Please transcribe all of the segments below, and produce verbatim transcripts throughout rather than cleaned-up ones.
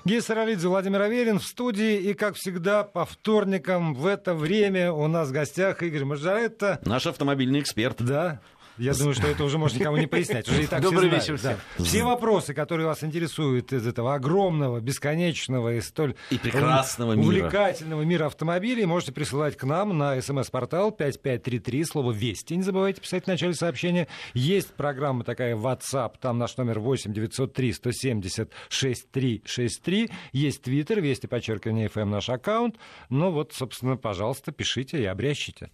Гея Саралидзе, Владимир Аверин в студии. И, как всегда, по вторникам в это время у нас в гостях Игорь Маржаретта. Наш автомобильный эксперт. Да. Я думаю, что это уже можно никому не пояснять. Уже и так Добрый все вечер знают, всем. да. Все вопросы, которые вас интересуют из этого огромного, бесконечного и столь и прекрасного мира. увлекательного мира автомобилей, можете присылать к нам на смс-портал пять пять три три, слово «Вести». Не забывайте писать в начале сообщения. Есть программа такая WhatsApp, там наш номер восемь девятьсот три сто семьдесят шестьдесят три шестьдесят три. Есть Твиттер, Вести, подчеркивание, эф эм, наш аккаунт. Ну вот, собственно, пожалуйста, пишите и обрящите.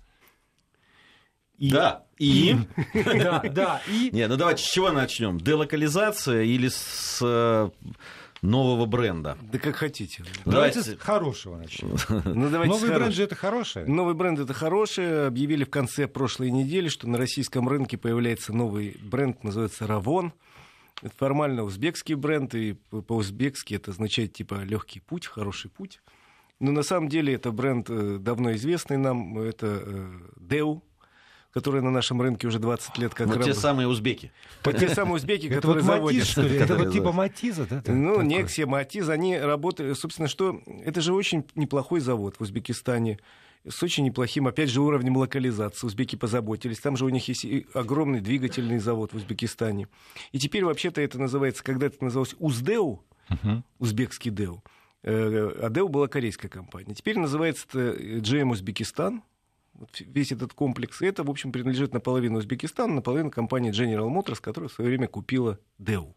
И... Да, и... Да, да, и... Не, ну давайте с чего начнем? Делокализация или с э, нового бренда? Да как хотите. Давайте, Давайте с хорошего начнем. Ну, давайте Новый с бренд хорошего. же это хорошее. Новый бренд это хорошее. Объявили в конце прошлой недели, что на российском рынке появляется новый бренд, называется Ravon. Это формально узбекский бренд, и по-узбекски это означает типа легкий путь, хороший путь. Но на самом деле это бренд давно известный нам, это дэу, которые на нашем рынке уже двадцать лет как вот работают. те самые узбеки. Вот те самые узбеки, Это которые вот заводят. Матиз, что ли? Это вот типа Матиза, да? Ну, Такой. Нексия, Матиз, они работают, собственно, что это же очень неплохой завод в Узбекистане, с очень неплохим, опять же, уровнем локализации. Узбеки позаботились. Там же у них есть и огромный двигательный завод в Узбекистане. И теперь вообще-то это называется, когда это называлось Уздеу, uh-huh. узбекский дэу, а дэу была корейская компания. Теперь называется это джи эм Узбекистан. Весь этот комплекс. И это, в общем, принадлежит наполовину Узбекистану, наполовину компании General Motors, которая в свое время купила дэу.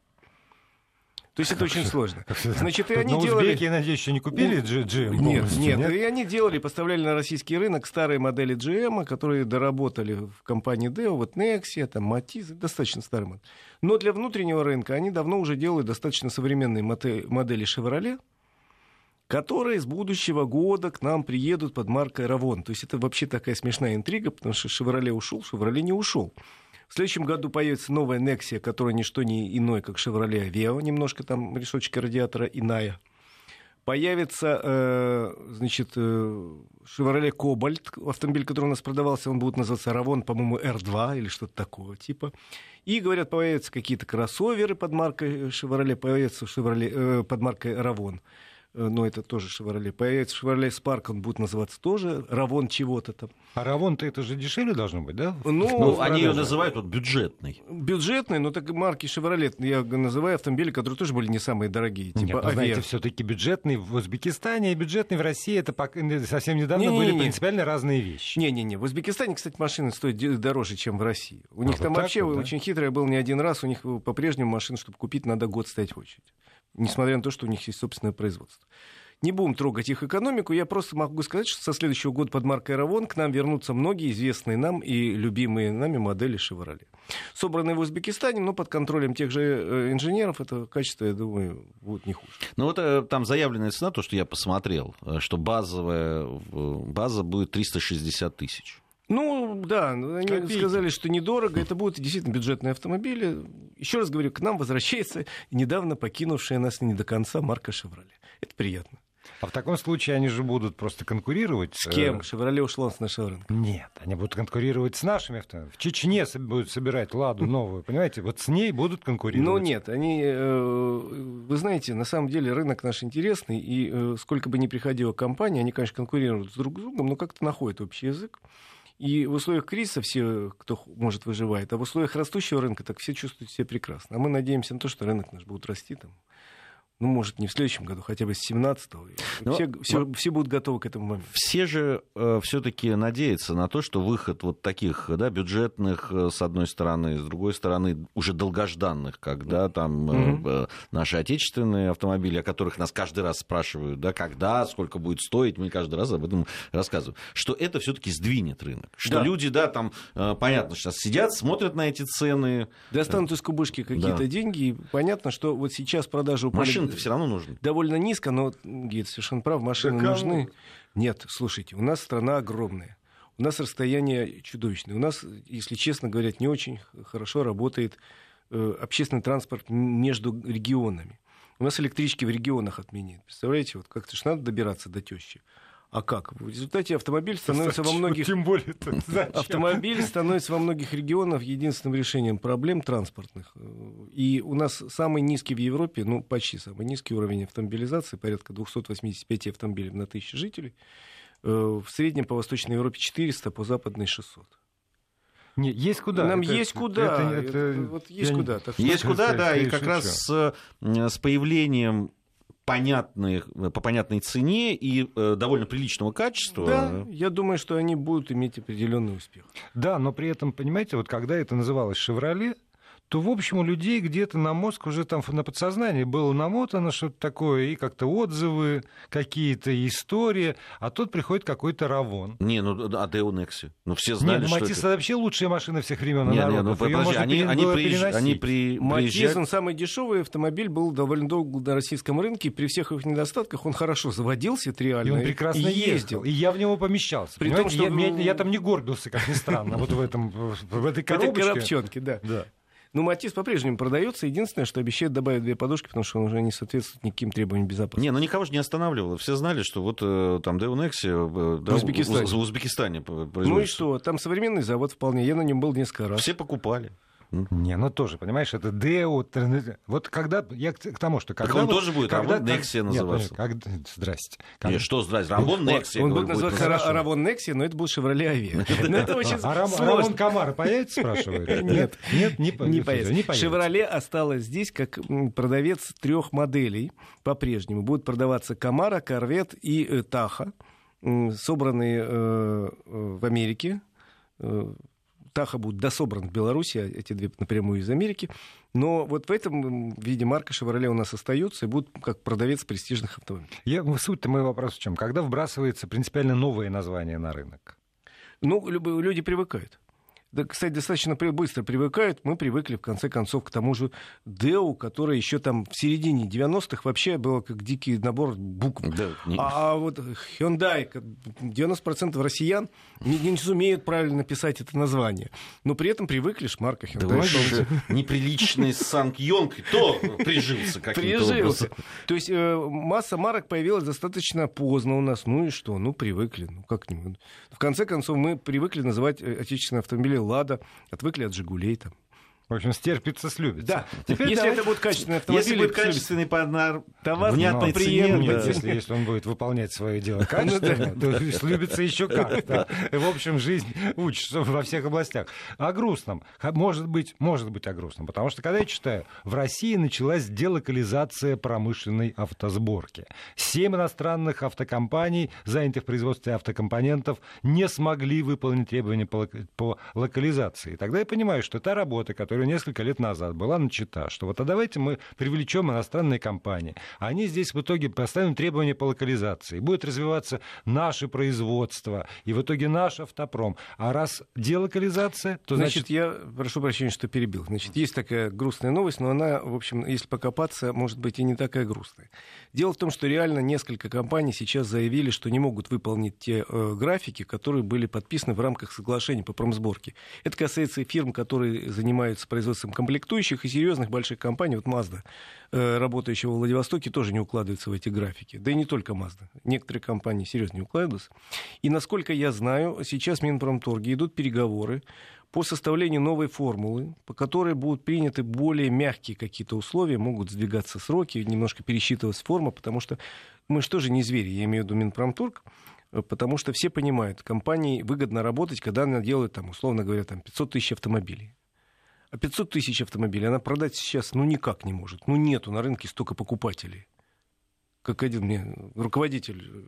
То есть это очень сложно. Значит, и они Но делали... узбеки, я надеюсь, еще не купили джи эм? Нет, нет, нет. И они делали, поставляли на российский рынок старые модели джи эм, которые доработали в компании дэу, вот Nexia, там, Matiz, достаточно старые модели. Но для внутреннего рынка они давно уже делают достаточно современные модели Chevrolet, которые с будущего года к нам приедут под маркой Ravon. То есть это вообще такая смешная интрига, потому что Chevrolet ушел, Chevrolet не ушел. В следующем году появится новая Nexia, которая не что не иное, как Chevrolet Aveo, немножко там решеточка радиатора иная. Появится, э, значит, э, Chevrolet Cobalt, автомобиль, который у нас продавался, он будет называться Ravon, по-моему, эр два или что-то такого типа. И, говорят, появятся какие-то кроссоверы под маркой Chevrolet, появятся Chevrolet, э, под маркой Ravon. Но это тоже Chevrolet. Появится Chevrolet Spark, он будет называться тоже Ravon чего-то там. А Ravon-то это же дешевле должно быть, да? Ну, ну они ее называют вот, бюджетный. Бюджетный, но так марки Chevrolet, я называю автомобили, которые тоже были не самые дорогие. Типа Нет, вы знаете, все-таки бюджетный в Узбекистане и бюджетный в России, это совсем недавно не, были не, не. принципиально разные вещи. Не-не-не, в Узбекистане, кстати, машины стоят дороже, чем в России. У них а там вот вообще вот, да? очень хитрое был не один раз, у них по-прежнему машин, чтобы купить, надо год стоять в очередь. Несмотря на то, что у них есть собственное производство. Не будем трогать их экономику, я просто могу сказать, что со следующего года под маркой Ravon к нам вернутся многие известные нам и любимые нами модели Chevrolet. Собранные в Узбекистане, но под контролем тех же инженеров, это качество, я думаю, будет не хуже. Ну вот там заявленная цена, то, что я посмотрел, что базовая база будет триста шестьдесят тысяч. Ну, да, они Копейки. сказали, что недорого, это будут действительно бюджетные автомобили. Еще раз говорю, к нам возвращается недавно покинувшая нас не до конца марка Chevrolet. Это приятно. А в таком случае они же будут просто конкурировать. С кем? Chevrolet ушла с нашего рынка. Нет, они будут конкурировать с нашими автомобилями. В Чечне будут собирать «Ладу» новую, понимаете? Вот с ней будут конкурировать. Ну нет, они, вы знаете, на самом деле рынок наш интересный, и сколько бы ни приходило компаний, они, конечно, конкурируют друг с другом, но как-то находят общий язык. И в условиях кризиса все, кто может, выживает, а в условиях растущего рынка так все чувствуют себя прекрасно. А мы надеемся на то, что рынок наш будет расти там. Ну, может, не в следующем году, хотя бы с семнадцатого. Все, все, все будут готовы к этому моменту. Все же э, все-таки надеются на то, что выход вот таких, да, бюджетных, с одной стороны, с другой стороны, уже долгожданных, когда там mm-hmm. э, наши отечественные автомобили, о которых нас каждый раз спрашивают, да, когда, сколько будет стоить, мы каждый раз об этом рассказываем, что это все-таки сдвинет рынок. Что да. люди, да, там, э, понятно, сейчас сидят, смотрят на эти цены. Достанут из кубышки какие-то да. деньги, и понятно, что вот сейчас продажи упали. Машины все равно нужны. Довольно низко, но, Гид, совершенно прав, машины так, нужны. Нет, слушайте, у нас страна огромная. У нас расстояние чудовищное. У нас, если честно говоря, не очень хорошо работает э, общественный транспорт между регионами. У нас электрички в регионах отменяют. Представляете, вот как-то ж надо добираться до тещи. А как? В результате автомобиль становится во многих... Тем более, автомобиль становится во многих регионах единственным решением проблем транспортных. И у нас самый низкий в Европе, ну, почти самый низкий уровень автомобилизации, порядка двести восемьдесят пять автомобилей на тысячу жителей. В среднем по Восточной Европе четыреста, по Западной шестьсот. Не, есть куда. Нам это, есть куда. Это, это, это, вот есть я... куда. Так есть что... куда, это, да, это, и как шучу. раз с, с появлением понятных, по понятной цене и э, довольно приличного качества. Да, я думаю, что они будут иметь определенный успех. Да, но при этом, понимаете, вот когда это называлось «Шевроле», то, в общем, у людей где-то на мозг уже там на подсознании было намотано что-то такое, и как-то отзывы, какие-то истории, а тут приходит какой-то Равон. Не, ну, а Део Некси? Ну, все знали, Нет, что Матис это... вообще лучшая машина всех времен и Не, не, народов. ну, Её подожди, можно они, пере- они, было приезж... переносить. они при... Матис, приезжали... он самый дешевый автомобиль, был довольно долго на российском рынке, и при всех их недостатках он хорошо заводился, это реально. И он прекрасно и ездил. ездил. И я в него помещался. При Понимаете, том, что... я, я, я там не горбился, как ни странно, вот в этом, в этой коробочке. В этой коробчонке, да. Да. Ну, Матис по-прежнему продается. Единственное, что обещают добавить две подушки, потому что он уже не соответствует никаким требованиям безопасности. Не, ну никого же не останавливало. Все знали, что вот э, там Део Некси э, да, в Узбекистане. В, в Узбекистане производится. Ну и что? Там современный завод вполне. Я на нем был несколько раз. Все покупали. Не, ну тоже, понимаешь, это Део. Вот когда, я к, к тому, что когда... Так он вот, тоже будет, когда, Рамон Некси назывался. Нет, как, здрасте. Как... Нет, что здрасте, Рамон Некси. Он будет называться Рамон Некси, но это был Шевроле Авеа. Это очень сложно. А Рамон Камара появится, спрашивает? Нет, нет, не появится. Шевроле осталось здесь как продавец трех моделей по-прежнему. Будут продаваться Камара, Корвет и Таха, собранные в Америке. Таха будет дособран в Беларуси, эти две напрямую из Америки. Но вот в этом виде марка «Шевроле» у нас остается и будет как продавец престижных автомобилей. Я, суть-то моего вопроса в чем? Когда вбрасывается принципиально новое название на рынок? Ну, люди привыкают. Да, кстати, достаточно быстро привыкают. Мы привыкли, в конце концов, к тому же Део, который еще там в середине девяностых вообще было как дикий набор букв. Да, не... А вот Hyundai, девяносто процентов россиян не, не сумеют правильно написать это название. Но при этом привыкли, ж марка Hyundai. Да, неприличный Санг-Йонг, то прижился каким-то образом. То есть э, масса марок появилась достаточно поздно у нас. Ну и что? Ну, привыкли. Ну, как-нибудь. В конце концов, мы привыкли называть отечественные автомобили «Лада», отвыкли от «Жигулей» там. В общем, стерпится, слюбится. Да. Теперь если давайте... это будет качественный автомобиль, если будет качественный товар, товар внятной цене, если, если он будет выполнять свое дело качественно, то слюбится еще как-то. В общем, жизнь учится во всех областях. О грустном. Может быть, может быть о грустном. Потому что, когда я читаю, в России началась делокализация промышленной автосборки. Семь иностранных автокомпаний, занятых в производстве автокомпонентов, не смогли выполнить требования по, по локализации. И тогда я понимаю, что та работа, которая несколько лет назад была начата, что вот а давайте мы привлечем иностранные компании. Они здесь в итоге поставим требования по локализации. Будет развиваться наше производство, и в итоге наш автопром. А раз делокализация, то значит... Значит, я прошу прощения, что перебил. Значит, есть такая грустная новость, но она, в общем, если покопаться, может быть и не такая грустная. Дело в том, что реально несколько компаний сейчас заявили, что не могут выполнить те э, графики, которые были подписаны в рамках соглашения по промсборке. Это касается и фирм, которые занимаются производством комплектующих, и серьезных больших компаний. Вот Mazda, э, работающая во Владивостоке, тоже не укладывается в эти графики. Да и не только Mazda. Некоторые компании серьезно не укладываются. И, насколько я знаю, сейчас в Минпромторге идут переговоры по составлению новой формулы, по которой будут приняты более мягкие какие-то условия, могут сдвигаться сроки, немножко пересчитываться форма, потому что мы же тоже не звери, я имею в виду Минпромторг, потому что все понимают, компании выгодно работать, когда она делает, там, условно говоря, там, пятьсот тысяч автомобилей. А пятьсот тысяч автомобилей она продать сейчас ну никак не может. Ну нету на рынке столько покупателей. Как один мне руководитель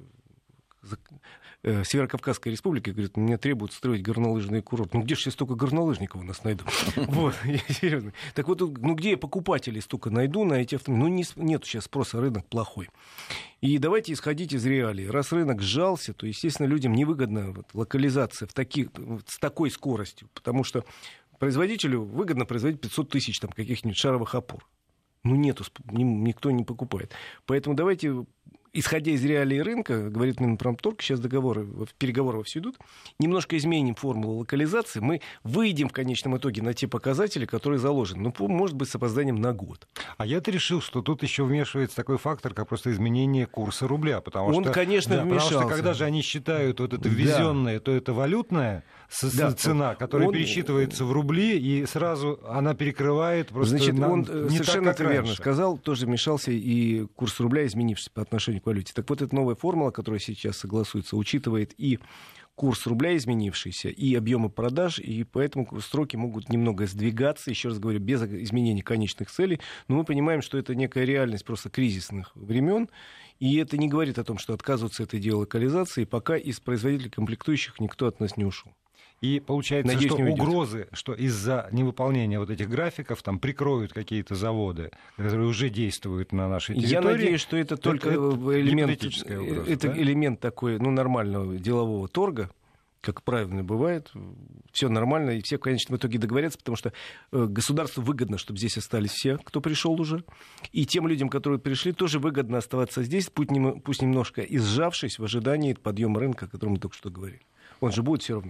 Северо-Кавказской республики говорит, мне требуют строить горнолыжный курорт. Ну где же я столько горнолыжников у нас найду? Вот, серьезно. Так вот, ну где я покупателей столько найду на эти автомобили? Ну нет сейчас спроса, рынок плохой. И давайте исходить из реалий. Раз рынок сжался, то, естественно, людям невыгодна вот, локализация в таки, с такой скоростью, потому что производителю выгодно производить пятьсот тысяч там, каких-нибудь шаровых опор. Ну, нету, никто не покупает. Поэтому давайте исходя из реалий рынка, говорит Минпромторг, сейчас договоры, переговоры вовсю идут, немножко изменим формулу локализации, мы выйдем в конечном итоге на те показатели, которые заложены. Ну, может быть, с опозданием на год. А я-то решил, что тут еще вмешивается такой фактор, как просто изменение курса рубля. Потому Он, что, конечно, да, вмешался. Потому что когда же они считают вот это ввезенное, да. то это валютная да. цена, которая он... пересчитывается в рубли, и сразу она перекрывает просто... Значит, на... он не совершенно так, как верно раньше. сказал, тоже вмешался и курс рубля, изменившийся по отношению к валюте. Так вот, эта новая формула, которая сейчас согласуется, учитывает и курс рубля изменившийся, и объемы продаж, и поэтому сроки могут немного сдвигаться, еще раз говорю, без изменения конечных целей. Но мы понимаем, что это некая реальность просто кризисных времен, и это не говорит о том, что отказываться от идеи локализации, пока из производителей комплектующих никто от нас не ушел. И получается, Надеюсь, что угрозы, что из-за невыполнения вот этих графиков там прикроют какие-то заводы, которые уже действуют на нашей территории. Я надеюсь, что это только это элемент, угроза, это да? элемент такой, ну, нормального делового торга, как правильно бывает. Все нормально, и все в конечном итоге договорятся, потому что государству выгодно, чтобы здесь остались все, кто пришел уже. И тем людям, которые пришли, тоже выгодно оставаться здесь, пусть немножко изжавшись в ожидании подъема рынка, о котором мы только что говорили. Он же будет все равно.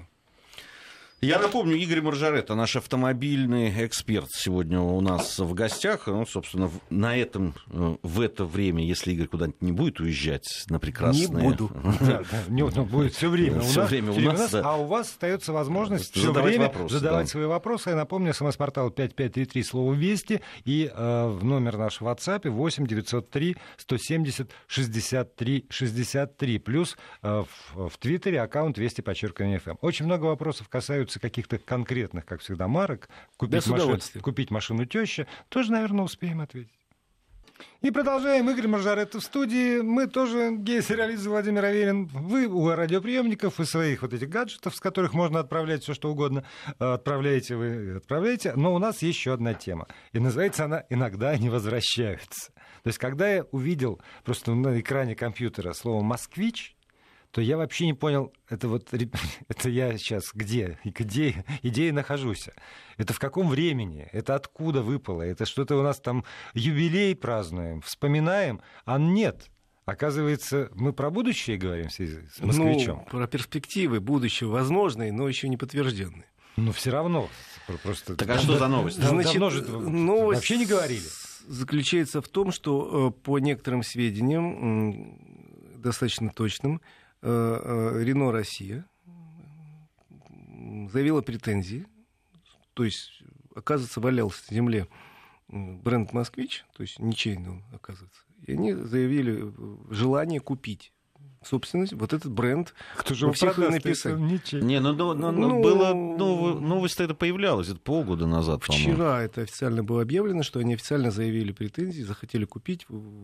Я напомню, Игорь Маржаретта, наш автомобильный эксперт, сегодня у нас в гостях. Ну, собственно, на этом, в это время, если Игорь куда-нибудь не будет уезжать на прекрасное... Не буду. Будет все время Все время у нас. А у вас остается возможность все время задавать свои вопросы. Я напомню, смс-портал пять пять три три, слово «Вести», и в номер нашего WhatsApp восемь девятьсот три сто семьдесят шестьдесят три шестьдесят три. Плюс в Твиттере аккаунт Вести подчеркивание эф эм. Очень много вопросов касаются каких-то конкретных, как всегда, марок. Купить, да, машину, купить машину теща. Тоже, наверное, успеем ответить. И продолжаем. Игорь Маржаретта в студии. Мы тоже, гей-сериалист Владимир Аверин. Вы у радиоприемников и своих вот этих гаджетов, с которых можно отправлять все, что угодно. Отправляете вы, отправляете. Но у нас еще одна тема. И называется она «Иногда они возвращаются». То есть, когда я увидел просто на экране компьютера слово «москвич», то я вообще не понял, это вот это я сейчас где, и где идеи нахожусь. Это в каком времени, это откуда выпало, это что-то у нас там юбилей празднуем, вспоминаем, а нет. Оказывается, мы про будущее говорим в связи с москвичом. Ну, про перспективы будущего возможные, но еще не подтвержденные. Но все равно. Просто... Так а что за новость? Значит, давно же новость вообще не говорили. Заключается в том, что по некоторым сведениям, достаточно точным, Рено Россия заявила претензии, то есть, оказывается, валялся на земле бренд «Москвич», то есть ничейный он, оказывается, и они заявили желание купить собственность, вот этот бренд. Кто же его продаст, написано? Не, ну, ну, ну, ну было, ну, новость-то это появлялась, это полгода назад, вчера по-моему. Это официально было объявлено, что они официально заявили претензии, захотели купить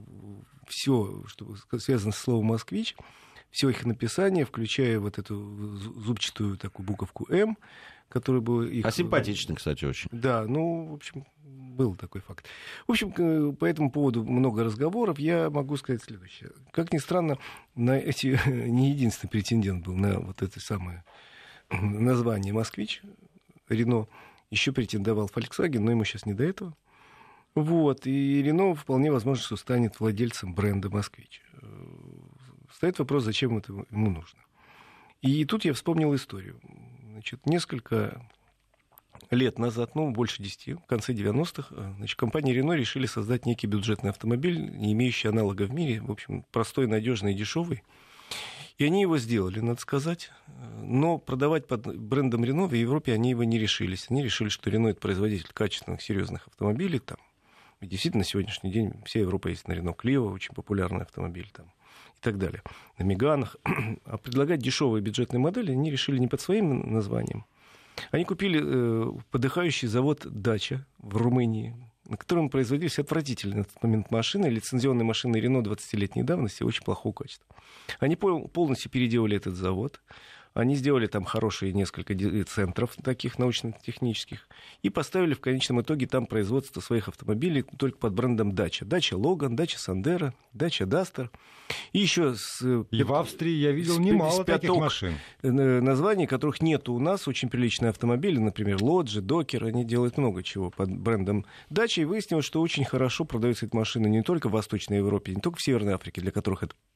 все, что связано с словом «Москвич», все их написание, включая вот эту зубчатую такую буковку «М», которая была их... А симпатичный, кстати, очень. Да, ну, в общем, был такой факт. В общем, по этому поводу много разговоров. Я могу сказать следующее. Как ни странно, на эти не единственный претендент был на вот это самое название «Москвич». Рено еще претендовал Volkswagen, но ему сейчас не до этого. Вот, и Рено вполне возможно, что станет владельцем бренда «Москвич». Стоит вопрос, зачем это ему нужно. И тут я вспомнил историю. Значит, несколько лет назад, ну, больше десяти, в конце девяностых, значит, компания Renault решили создать некий бюджетный автомобиль, не имеющий аналога в мире, в общем, простой, надежный и дешевый. И они его сделали, надо сказать. Но продавать под брендом Renault в Европе они его не решились. Они решили, что Renault — это производитель качественных, серьезных автомобилей. Там. И действительно, на сегодняшний день вся Европа есть на Renault Clio, очень популярный автомобиль там. И так далее, на Меганах. А предлагать дешевые бюджетные модели они решили не под своим названием. Они купили э, подыхающий завод «Дача» в Румынии, на котором производились отвратительные на тот момент машины, лицензионные машины Renault двадцатилетней давности, очень плохого качества. Они пол- полностью переделали этот завод. Они сделали там хорошие несколько центров таких научно-технических и поставили в конечном итоге там производство своих автомобилей только под брендом «Дача». «Дача Логан», «Дача Сандера», «Дача Дастер». И еще с... И в Австрии я видел немало таких машин. Названий, которых нет у нас. Очень приличные автомобили, например, «Лоджи», «Докер». Они делают много чего под брендом «Дача». И выяснилось, что очень хорошо продаются эти машины не только в Восточной Европе, не только в Северной Африке, для которых это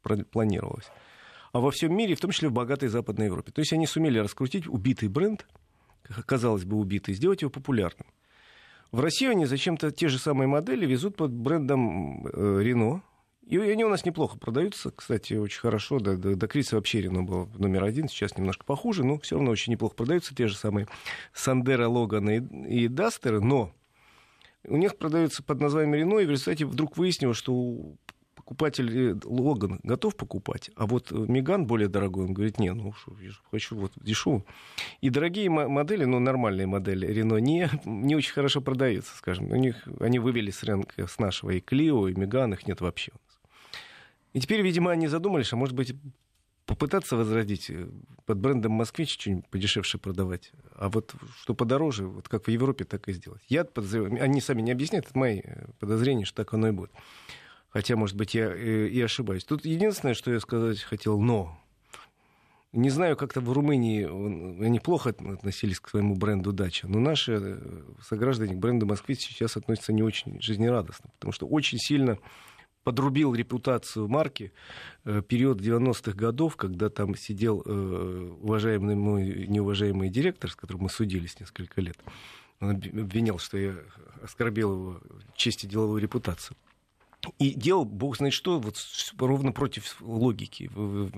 планировалось. А во всем мире, в том числе в богатой Западной Европе. То есть они сумели раскрутить убитый бренд, казалось бы, убитый, сделать его популярным. В Россию они зачем-то те же самые модели везут под брендом э, Renault. И они у нас неплохо продаются, кстати, очень хорошо. До, до, до кризиса вообще Renault был номер один, сейчас немножко похуже, но все равно очень неплохо продаются. Те же самые Сандеро, Логаны и, и Дастеры, но у них продаются под названием Renault, и в результате вдруг выяснилось, что покупатель Логан готов покупать, а вот Меган более дорогой, он говорит, не, ну что, я хочу вот дешевую. И дорогие модели, ну нормальные модели Renault не, не очень хорошо продаются, скажем. У них, они вывели с рынка с нашего и Clio, и Меган, их нет вообще у нас. И теперь, видимо, они задумались, а может быть попытаться возродить под брендом «Москвич» что-нибудь подешевше продавать, а вот что подороже, вот как в Европе, так и сделать. Я подозреваю, они сами не объясняют, это мои подозрения, что так оно и будет. Хотя, может быть, я и ошибаюсь. Тут единственное, что я сказать хотел, но не знаю, как-то в Румынии они плохо относились к своему бренду «Дача», но наши сограждане к бренду «Москвич» сейчас относятся не очень жизнерадостно, потому что очень сильно подрубил репутацию марки период девяностых годов, когда там сидел уважаемый мой неуважаемый директор, с которым мы судились несколько лет. Он обвинял, что я оскорбил его честь и деловую репутацию. И делал, бог знает что, вот ровно против логики.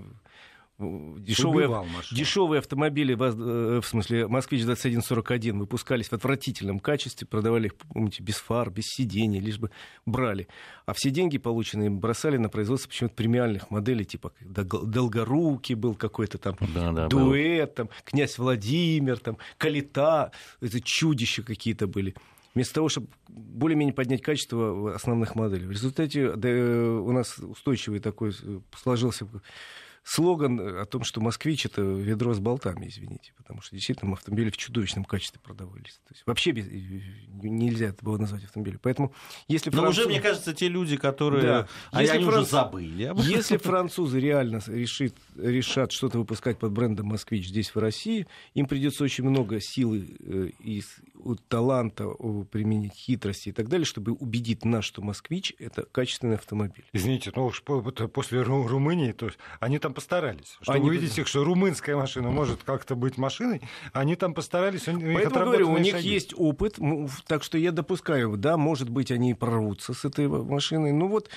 Дешевые, дешевые автомобили, в смысле, «Москвич» двадцать один сорок один выпускались в отвратительном качестве, продавали их, помните, без фар, без сидений, лишь бы брали. А все деньги, полученные, бросали на производство почему-то премиальных моделей, типа «Долгорукий» был какой-то там, да, да, «Дуэт», там, «Князь Владимир», там, «Калита», это чудища какие-то были. Вместо того, чтобы более-менее поднять качество основных моделей. В результате да, у нас устойчивый такой сложился слоган о том, что «Москвич» — это ведро с болтами, извините, потому что действительно автомобили в чудовищном качестве продавались. То есть вообще без, нельзя это было назвать автомобилем. Поэтому если Но французы... уже, мне кажется, те люди, которые... Да. А если они франц... уже забыли об этом. Если французы реально решит, решат что-то выпускать под брендом «Москвич» здесь, в России, им придется очень много силы и таланта применить, хитрости и так далее, чтобы убедить нас, что «Москвич» — это качественный автомобиль. Извините, ну уж после Румынии, то есть они там постарались. Чтобы они... увидеть их, что румынская машина может как-то быть машиной, они там постарались. У них Поэтому говорю, у них шаги. есть опыт, так что я допускаю, да, может быть, они прорвутся с этой машиной. Ну вот,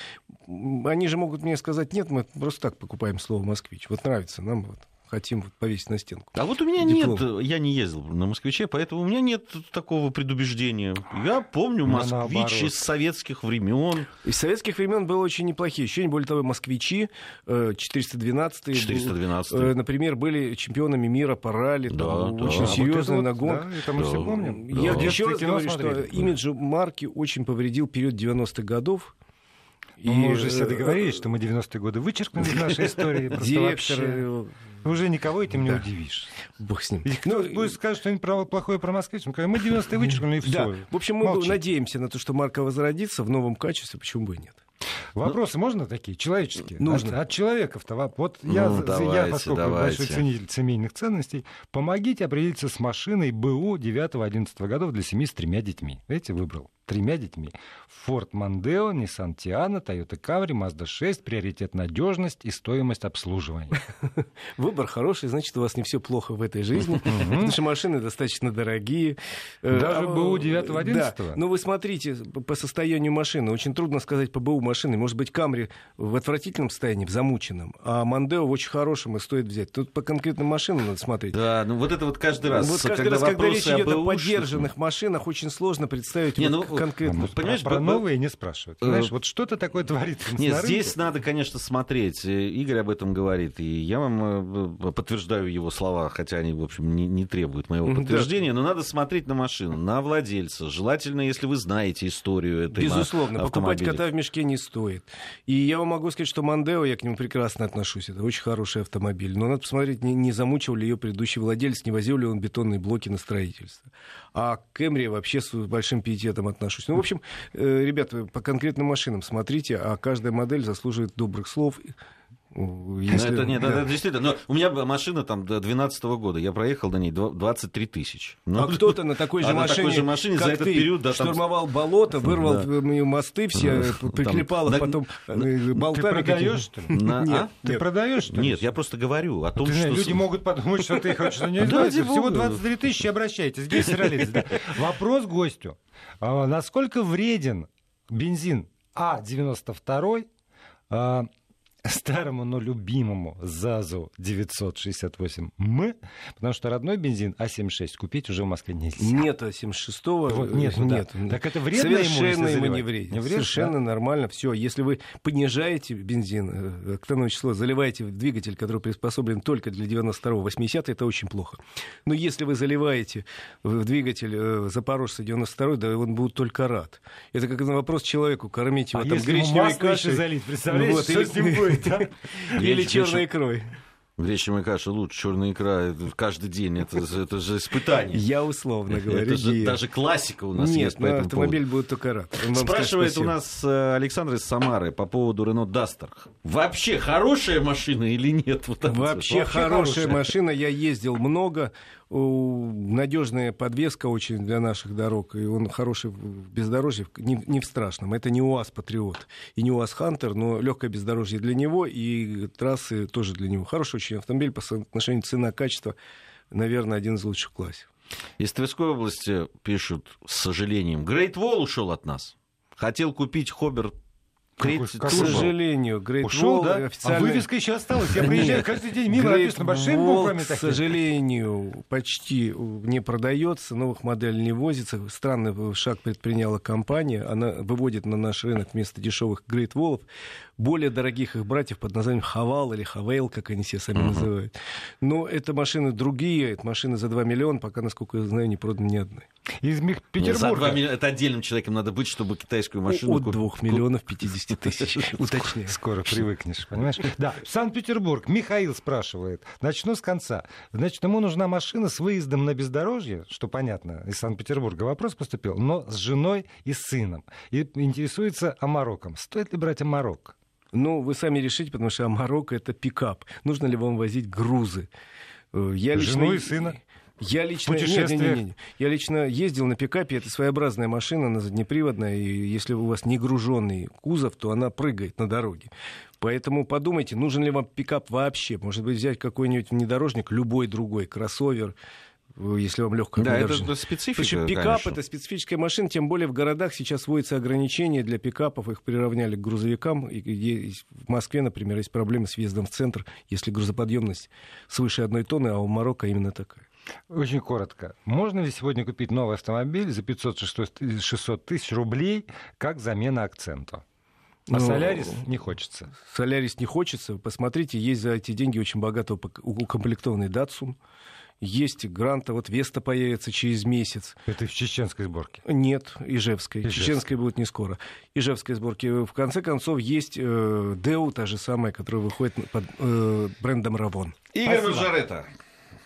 они же могут мне сказать, нет, мы просто так покупаем слово «Москвич». Вот нравится нам, вот. Хотим вот повесить на стенку. А вот у меня диплом. нет, я не ездил на «Москвиче», поэтому у меня нет такого предубеждения. Я помню «Москвич» из советских времен. Из советских времен было очень неплохие ощущения. Более того, «Москвичи» четыреста двенадцатые, четыреста двенадцатые. Например, были чемпионами мира по ралли. Да, там, да. Очень а серьезный вот нагон. Да, это мы да. все помним. Я да. еще раз говорю, смотрели. что имидж марки очень повредил период девяностых годов. И мы уже все договорились, что мы девяностые годы вычеркнули из нашей истории. Директор... Уже никого этим да. не удивишь. Бог с ним. И кто ну, будет сказать что-нибудь плохое про «Москвич», мы девяностые вычеркнули, и все. Да. В общем, мы Молчим. надеемся на то, что марка возродится в новом качестве, почему бы и нет. Вопросы ну, можно такие, человеческие? Нужно. От, от человеков-то. Вот ну, я, давайте, я, поскольку давайте. большой ценитель семейных ценностей, помогите определиться с машиной БУ девятого-одиннадцатого годов для семьи с тремя детьми. Видите, выбрал. Тремя детьми. Ford Mondeo, Nissan Tiana, Toyota Camry, Mazda шесть. Приоритет надежность и стоимость обслуживания. Выбор хороший, значит, у вас не все плохо в этой жизни. Потому что машины достаточно дорогие. Даже БУ девятого-одиннадцатого? Да. Но вы смотрите по состоянию машины. Очень трудно сказать по БУ машины. Может быть, Camry в отвратительном состоянии, в замученном, а Mondeo в очень хорошем и стоит взять. Тут по конкретным машинам надо смотреть. Да, ну вот это вот каждый раз. Вот каждый когда раз, когда речь идет о БУ, поддержанных машинах, очень сложно представить не, вот ну, конкретно. Понимаешь, про, про новые не спрашивают. Знаешь, вот что-то такое творится. Нет, на здесь рынке. надо, конечно, смотреть. Игорь об этом говорит, и я вам подтверждаю его слова, хотя они, в общем, не, не требуют моего подтверждения, но надо смотреть на машину, на владельца. Желательно, если вы знаете историю этой машины. Безусловно, покупать кота в мешке не стоит. И я вам могу сказать, что Mondeo, я к нему прекрасно отношусь. Это очень хороший автомобиль. Но надо посмотреть, не, не замучил ли ее предыдущий владелец, не возил ли он бетонные блоки на строительство. А к Camry вообще с большим пиететом отношусь. Ну, в общем, ребята, по конкретным машинам смотрите, а каждая модель заслуживает добрых слов. Если... Это, нет, да. это действительно. Но у меня машина там до двенадцатого года. Я проехал на ней двадцать три тысячи. Ну, а кто-то на такой же а машине, на такой же машине как за этот ты, период, да, штурмовал там... болото, вырвал да. мосты все, приклепал их да, потом ты болтами. Ты продаешь, что ли? На... Нет, а? Ты нет. продаешь, что ли? Нет, я просто говорю о том, ты, что... Люди могут подумать, что ты хочешь на нее избавиться. Всего двадцать три тысячи, обращайтесь. Здесь срались. Да. Вопрос гостю. А, насколько вреден бензин А девяносто два а, старому, но любимому ЗАЗу девятьсот шестьдесят восемь эм, потому что родной бензин А семьдесят шесть купить уже в Москве нельзя. Нет, А семьдесят шестого Вот, нет, ну нет. Да. Так это вредно ему, Совершенно если ему заливать? не вредно. Не вредно, Совершенно да? нормально. Все, если вы понижаете бензин, октановое число, заливаете в двигатель, который приспособлен только для девяносто второго восьмидесятого, это очень плохо. Но если вы заливаете в двигатель Запорожца девяносто второй, да он будет только рад. Это как на вопрос человеку, кормить его А там если ему гречневой масло еще кашей. залить, представляешь, Вот, что или- с ним будет, а? Или Греч- черной икрой. Гречневая каша лучше, черная икра это каждый день. Это, это же испытание. Я условно говорю. Это же нет. даже классика у нас Нет, есть по но этому автомобиль поводу. будет только рад. Он вам Спрашивает скажет у спасибо. нас э, Александр из Самары по поводу Renault Duster. Вообще хорошая машина или нет? Вот это Вообще, вот. хорошая машина, я ездил много, надежная подвеска очень для наших дорог, и он хороший в бездорожье, не, не в страшном. Это не УАЗ Патриот и не УАЗ Хантер, но легкое бездорожье для него, и трассы тоже для него. Хороший очень автомобиль по соотношению цена-качество, наверное, один из лучших в классе. Из Тверской области пишут с сожалением. Great Wall ушел от нас. Хотел купить Хобер тридцать. К Ушел. сожалению, Great Ушел, Wall да? официально... А вывеска еще осталась. Я приезжаю Нет. каждый день мимо, Great написано большими Wall, буквами к такие. сожалению, почти не продается, новых моделей не возится. Странный шаг предприняла компания. Она выводит на наш рынок вместо дешевых Great Wall'ов более дорогих их братьев под названием Хавал или Хавейл, как они себя сами uh-huh. называют. Но это машины другие, это машины за два миллиона, пока, насколько я знаю, не продано ни одной. Из Мих- За Петербурга. два миллиона- это отдельным человеком надо быть, чтобы китайскую машину... От купить. двух миллионов пятидесяти тысяч. Уточняю. Скоро привыкнешь, понимаешь? Да, Санкт-Петербург. Михаил спрашивает. Начну с конца. Значит, ему нужна машина с выездом на бездорожье, что понятно, из Санкт-Петербурга вопрос поступил, но с женой и сыном. И интересуется Амароком. Стоит ли брать Амарок? Ну, вы сами решите, потому что Амарок — это пикап. Нужно ли вам возить грузы? Я Жену лично... и сына? Я лично... Нет, Путешествиях? не, не, не. Я лично ездил на пикапе, это своеобразная машина, она заднеприводная, и если у вас не груженный кузов, то она прыгает на дороге. Поэтому подумайте, нужен ли вам пикап вообще. Может быть, взять какой-нибудь внедорожник, любой другой, кроссовер, если вам легкое Да, это, внедорожник. это специфика, Потому что пикап конечно. — это специфическая машина, тем более в городах сейчас вводятся ограничения для пикапов, их приравняли к грузовикам. И есть- в Москве, например, есть проблемы с въездом в центр, если грузоподъемность свыше одной тонны, а у Марокко именно такая. Очень коротко. Можно ли сегодня купить новый автомобиль за пятьсот-шестьсот тысяч рублей как замена акценту? А Ну, Солярис не хочется. Солярис не хочется. Посмотрите, есть за эти деньги очень богато упак- укомплектованный Датсун. Есть Гранта, вот Веста появится через месяц. Это в чеченской сборке. Нет, Ижевская. Ижевская. Чеченская будет не скоро. Ижевской сборки. В конце концов, есть э, Деу, та же самая, которая выходит под э, брендом Равон. Игорь Спасибо. Маржарета.